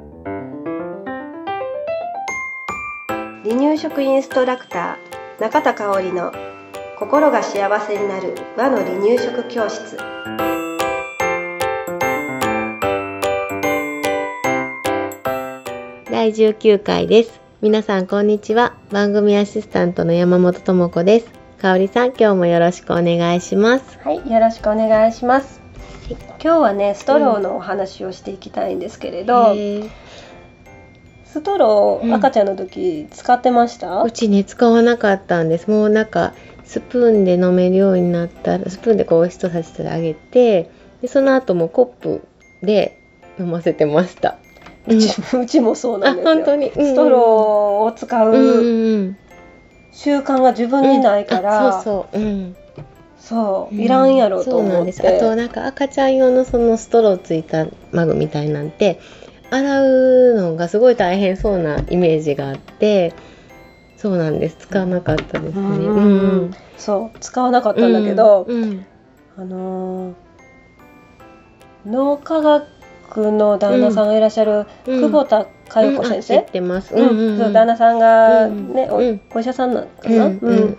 離乳食インストラクター中田香織の心が幸せになる和の離乳食教室。 第19回です。皆さんこんにちは。番組アシスタントの山本智子です。香織さん、今日もよろしくお願いします。 はい、よろしくお願いします。今日はね、ストローのお話をしていきたいんですけれど、ストロー、赤ちゃんの時使ってました？ うちね、使わなかったんです。もうなんかスプーンで飲めるようになったら、スプーンでこう人差しであげて、でその後もコップで飲ませてました。 うちもそうなんですよ。 本当に、 ストローを使う習慣が自分にないから、そういらんやろと思って。そうなんです。 あとなんか赤ちゃん用のそのストローついたマグみたいなんて洗うのがすごい大変そうなイメージがあって、そうなんです。使わなかったですね。 そう使わなかったんだけど、脳科学の旦那さんがいらっしゃる久保田佳代子先生、 知ってます。 そう旦那さんがね、お医者さんなのかな。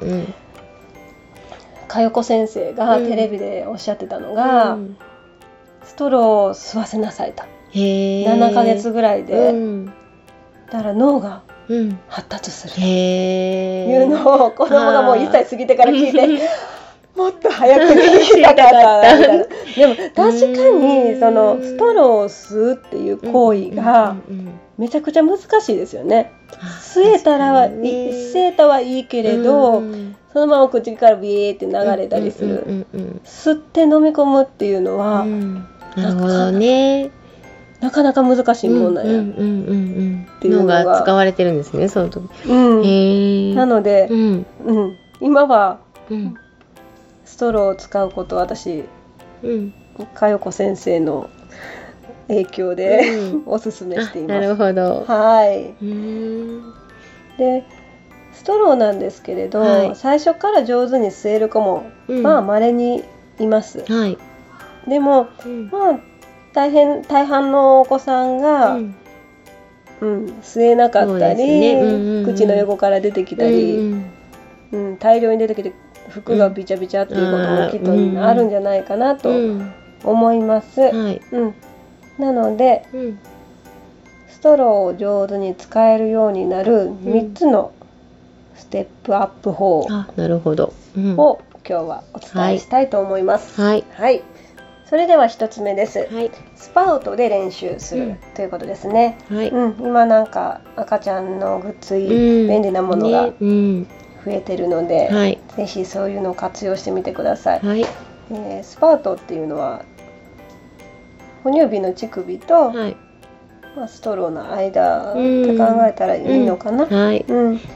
佳代子先生がテレビでおっしゃってたのが、ストローを吸わせなさいと。7ヶ月ぐらいで、だから脳が発達するというのを子供がもう1歳過ぎてから聞いてもっと早く聞きたかったみたいな。でも確かにそのストローを吸うっていう行為がめちゃくちゃ難しいですよね。吸えたはいいけれど、そのまま口からビーって流れたりする。吸って飲み込むっていうのはなるほどね。 なかなか難しいもんなんやっていうのが使われてるんですね、その時。 なので、今はストローを使うことを私、佳代子先生の影響で、おすすめしています。 なるほど。 はい。で、ストローなんですけれど、最初から上手に吸える子も、まあ稀にいます。でも、まあ大半のお子さんが、吸えなかったり、口の横から出てきたり、大量に出てきて服がビチャビチャっていうこともきっとあるんじゃないかなと思います。なので、ストローを上手に使えるようになる3つのステップアップ法を今日はお伝えしたいと思います。それでは1つ目です。スパウトで練習するということですね。今なんか赤ちゃんのグッズ便利なものが増えてるので、ぜひそういうのを活用してみてください。スパウトっていうのは哺乳瓶の乳首と、ストローの間って考えたらいいのかな。で、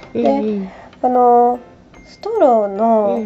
ストローの、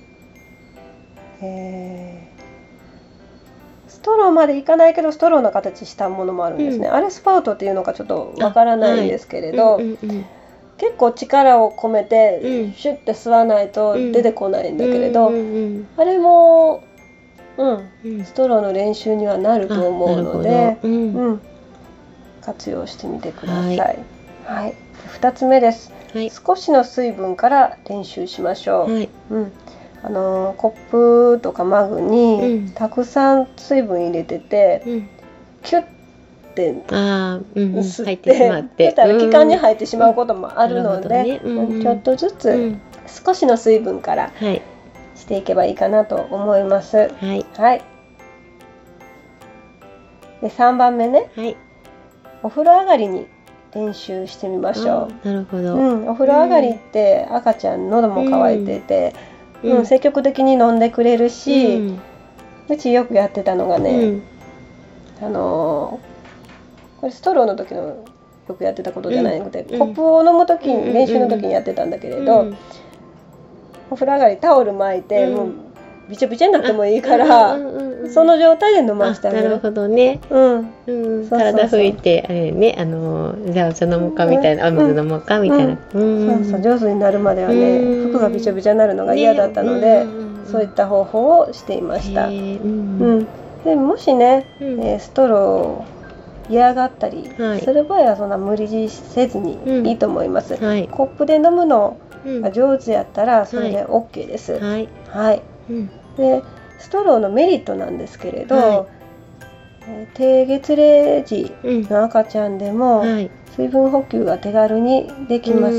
ストローまでいかないけどストローの形したものもあるんですね。あれスパウトっていうのかちょっとわからないんですけれど、結構力を込めてシュッて吸わないと出てこないんだけれど、あれも、ストローの練習にはなると思うので、活用してみてください。2つ目です。少しの水分から練習しましょう。コップとかマグにたくさん水分入れてて、キュッて吸ってそしたら気管に入ってしまうこともあるので、ちょっとずつ少しの水分からしていけばいいかなと思います。で、3番目ね、お風呂上がりに練習してみましょう。お風呂上がりって赤ちゃん喉も渇いてて、積極的に飲んでくれるし、うちよくやってたのがね、これストローの時のよくやってたことじゃなくて、コップを飲む時に練習の時にやってたんだけれど、お風呂上がりタオル巻いて、もうびちゃびちゃになってもいいから、その状態で飲ましてあげる。 なるほどね。体拭いてあれね、じゃあお茶飲もうかみたいな、お水飲もうかみたいな。 上手になるまではね、服がびちゃびちゃになるのが嫌だったので、そういった方法をしていました。でもしね、ストロ嫌がったりする場合はそんな無理強いせずにいいと思います。 はい、 コップで飲むのが上手やったらそれで OK です。 はいはい、でストローのメリットなんですけれど、 はい、 低月齢児の赤ちゃんでも水分補給が手軽にできます。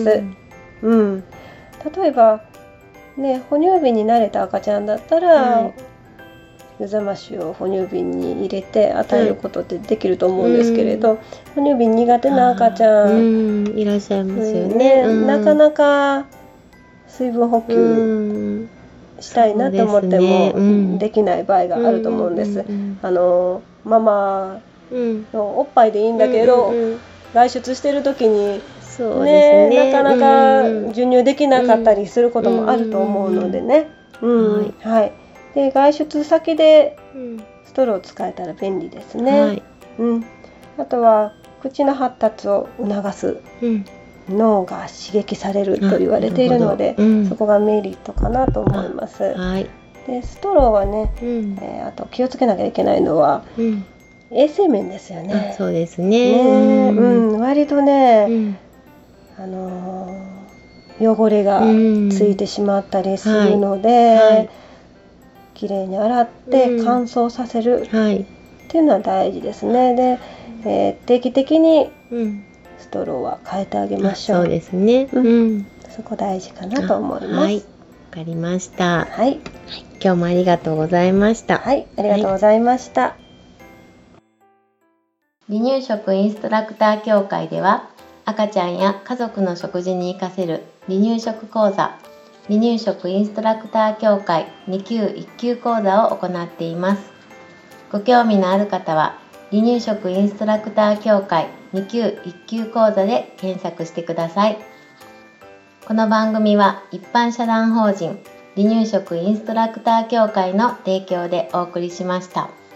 例えばね、哺乳瓶に慣れた赤ちゃんだったら、湯冷ましを哺乳瓶に入れて与えることってできると思うんですけれど、哺乳瓶苦手な赤ちゃんいらっしゃいますよね。 なかなか水分補給したいなと思ってもできない場合があると思うんです。ママのおっぱいでいいんだけど、外出してる時になかなか授乳できなかったりすることもあると思うのでね。で外出先でストローを使えたら便利ですね。あとは口の発達を促す、脳が刺激されると言われているので、そこがメリットかなと思います。でストローはね、あと気をつけなきゃいけないのは、衛生面ですよね。 そうですね。 割とね、汚れがついてしまったりするので、きれいに洗って乾燥させるっていうのは大事ですね。で、定期的にストローは変えてあげましょう。 そうですね。 そこ大事かなと思います。わかりました。今日もありがとうございました。 ありがとうございました。 離乳食インストラクター協会では、赤ちゃんや家族の食事に活かせる離乳食講座、離乳食インストラクター協会2級1級講座を行っています。ご興味のある方は、離乳食インストラクター協会2級1級講座で検索してください。この番組は一般社団法人離乳食インストラクター協会の提供でお送りしました。